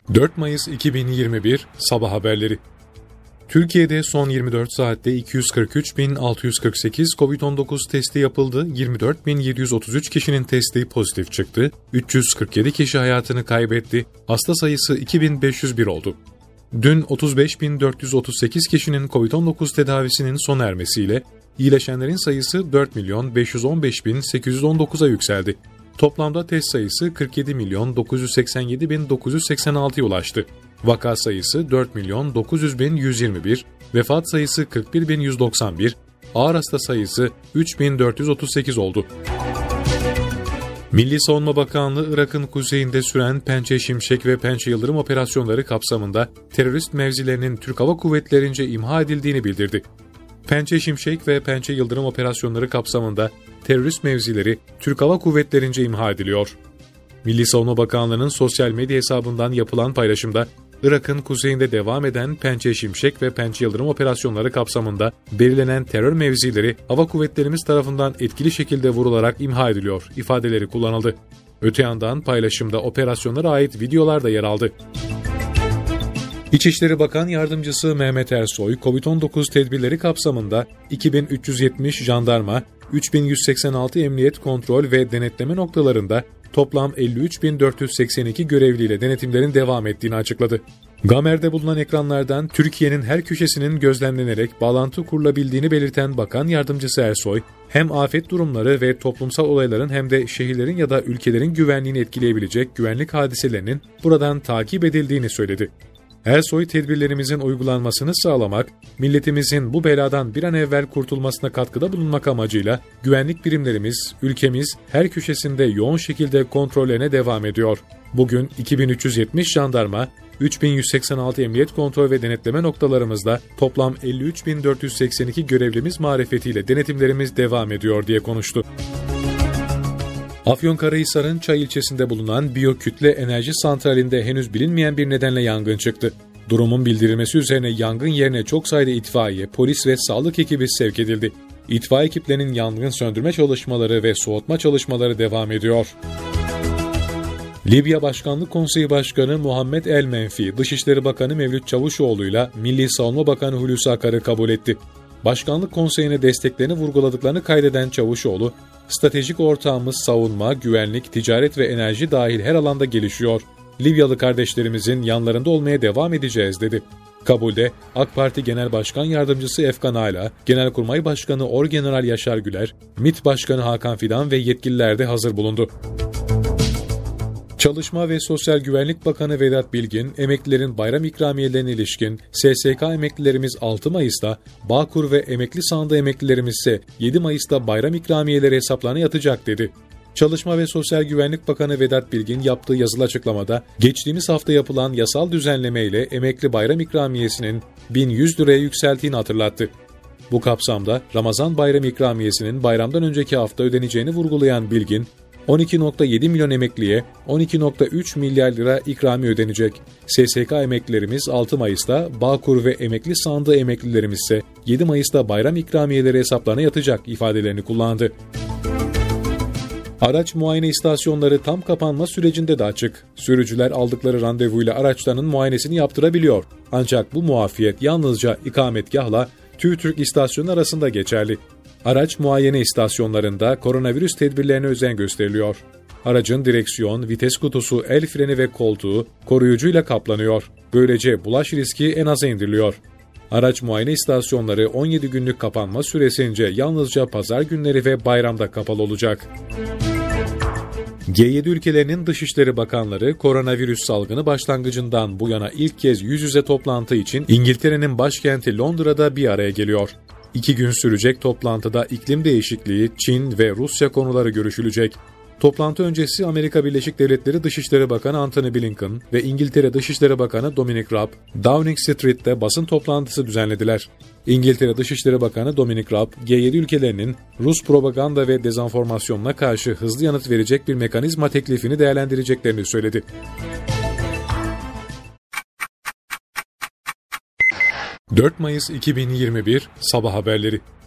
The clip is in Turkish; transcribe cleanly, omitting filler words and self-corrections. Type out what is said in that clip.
4 Mayıs 2021 Sabah haberleri. Türkiye'de son 24 saatte 243.648 COVID-19 testi yapıldı, 24.733 kişinin testi pozitif çıktı, 347 kişi hayatını kaybetti, hasta sayısı 2.501 oldu. Dün 35.438 kişinin COVID-19 tedavisinin sona ermesiyle iyileşenlerin sayısı 4.515.819'a yükseldi. Toplamda test sayısı 47.987.986'ya ulaştı. Vaka sayısı 4.900.121, vefat sayısı 41.191, ağır hasta sayısı 3.438 oldu. Milli Savunma Bakanlığı, Irak'ın kuzeyinde süren Pençe Şimşek ve Pençe Yıldırım operasyonları kapsamında terörist mevzilerinin Türk Hava Kuvvetlerince imha edildiğini bildirdi. Pençe Şimşek ve Pençe Yıldırım operasyonları kapsamında terörist mevzileri Türk Hava Kuvvetlerince imha ediliyor. Milli Savunma Bakanlığı'nın sosyal medya hesabından yapılan paylaşımda, Irak'ın kuzeyinde devam eden Pençe Şimşek ve Pençe Yıldırım operasyonları kapsamında belirlenen terör mevzileri hava kuvvetlerimiz tarafından etkili şekilde vurularak imha ediliyor ifadeleri kullanıldı. Öte yandan paylaşımda operasyonlara ait videolar da yer aldı. İçişleri Bakan Yardımcısı Mehmet Ersoy, COVID-19 tedbirleri kapsamında 2370 jandarma, 3186 emniyet kontrol ve denetleme noktalarında toplam 53.482 görevliyle denetimlerin devam ettiğini açıkladı. Gamer'de bulunan ekranlardan Türkiye'nin her köşesinin gözlemlenerek bağlantı kurulabildiğini belirten Bakan Yardımcısı Ersoy, hem afet durumları ve toplumsal olayların hem de şehirlerin ya da ülkelerin güvenliğini etkileyebilecek güvenlik hadiselerinin buradan takip edildiğini söyledi. Ersoy, tedbirlerimizin uygulanmasını sağlamak, milletimizin bu beladan bir an evvel kurtulmasına katkıda bulunmak amacıyla güvenlik birimlerimiz, ülkemiz her köşesinde yoğun şekilde kontrollerine devam ediyor. Bugün 2370 jandarma, 3186 emniyet kontrol ve denetleme noktalarımızda toplam 53.482 görevlimiz marifetiyle denetimlerimiz devam ediyor diye konuştu. Afyonkarahisar'ın Çay ilçesinde bulunan biyokütle enerji santralinde henüz bilinmeyen bir nedenle yangın çıktı. Durumun bildirilmesi üzerine yangın yerine çok sayıda itfaiye, polis ve sağlık ekibi sevk edildi. İtfaiye ekiplerinin yangın söndürme çalışmaları ve soğutma çalışmaları devam ediyor. Libya Başkanlık Konseyi Başkanı Muhammed El Menfi, Dışişleri Bakanı Mevlüt Çavuşoğlu ile Milli Savunma Bakanı Hulusi Akar'ı kabul etti. Başkanlık Konseyi'ne desteklerini vurguladıklarını kaydeden Çavuşoğlu, stratejik ortağımız savunma, güvenlik, ticaret ve enerji dahil her alanda gelişiyor. Libyalı kardeşlerimizin yanlarında olmaya devam edeceğiz dedi. Kabulde AK Parti Genel Başkan Yardımcısı Efkan Ala, Genelkurmay Başkanı Orgeneral Yaşar Güler, MİT Başkanı Hakan Fidan ve yetkililer de hazır bulundu. Çalışma ve Sosyal Güvenlik Bakanı Vedat Bilgin, emeklilerin bayram ikramiyelerine ilişkin SSK emeklilerimiz 6 Mayıs'ta, Bağkur ve emekli sandığı emeklilerimiz ise 7 Mayıs'ta bayram ikramiyeleri hesaplarına yatacak dedi. Çalışma ve Sosyal Güvenlik Bakanı Vedat Bilgin yaptığı yazılı açıklamada, geçtiğimiz hafta yapılan yasal düzenleme ile emekli bayram ikramiyesinin 1100 liraya yükselttiğini hatırlattı. Bu kapsamda Ramazan bayram ikramiyesinin bayramdan önceki hafta ödeneceğini vurgulayan Bilgin, 12.7 milyon emekliye 12.3 milyar lira ikramiye ödenecek. SSK emeklilerimiz 6 Mayıs'ta, Bağkur ve emekli sandığı emeklilerimiz ise 7 Mayıs'ta bayram ikramiyeleri hesaplarına yatacak ifadelerini kullandı. Araç muayene istasyonları tam kapanma sürecinde de açık. Sürücüler aldıkları randevuyla araçlarının muayenesini yaptırabiliyor. Ancak bu muafiyet yalnızca ikametgahla TÜVTÜRK istasyonu arasında geçerli. Araç muayene istasyonlarında koronavirüs tedbirlerine özen gösteriliyor. Aracın direksiyon, vites kutusu, el freni ve koltuğu koruyucuyla kaplanıyor. Böylece bulaş riski en aza indiriliyor. Araç muayene istasyonları 17 günlük kapanma süresince yalnızca pazar günleri ve bayramda kapalı olacak. G7 ülkelerinin Dışişleri Bakanları koronavirüs salgını başlangıcından bu yana ilk kez yüz yüze toplantı için İngiltere'nin başkenti Londra'da bir araya geliyor. 2 gün sürecek toplantıda iklim değişikliği, Çin ve Rusya konuları görüşülecek. Toplantı öncesi Amerika Birleşik Devletleri Dışişleri Bakanı Antony Blinken ve İngiltere Dışişleri Bakanı Dominic Raab, Downing Street'te basın toplantısı düzenlediler. İngiltere Dışişleri Bakanı Dominic Raab, G7 ülkelerinin Rus propaganda ve dezenformasyonuna karşı hızlı yanıt verecek bir mekanizma teklifini değerlendireceklerini söyledi. ...4 Mayıs 2021 Sabah haberleri.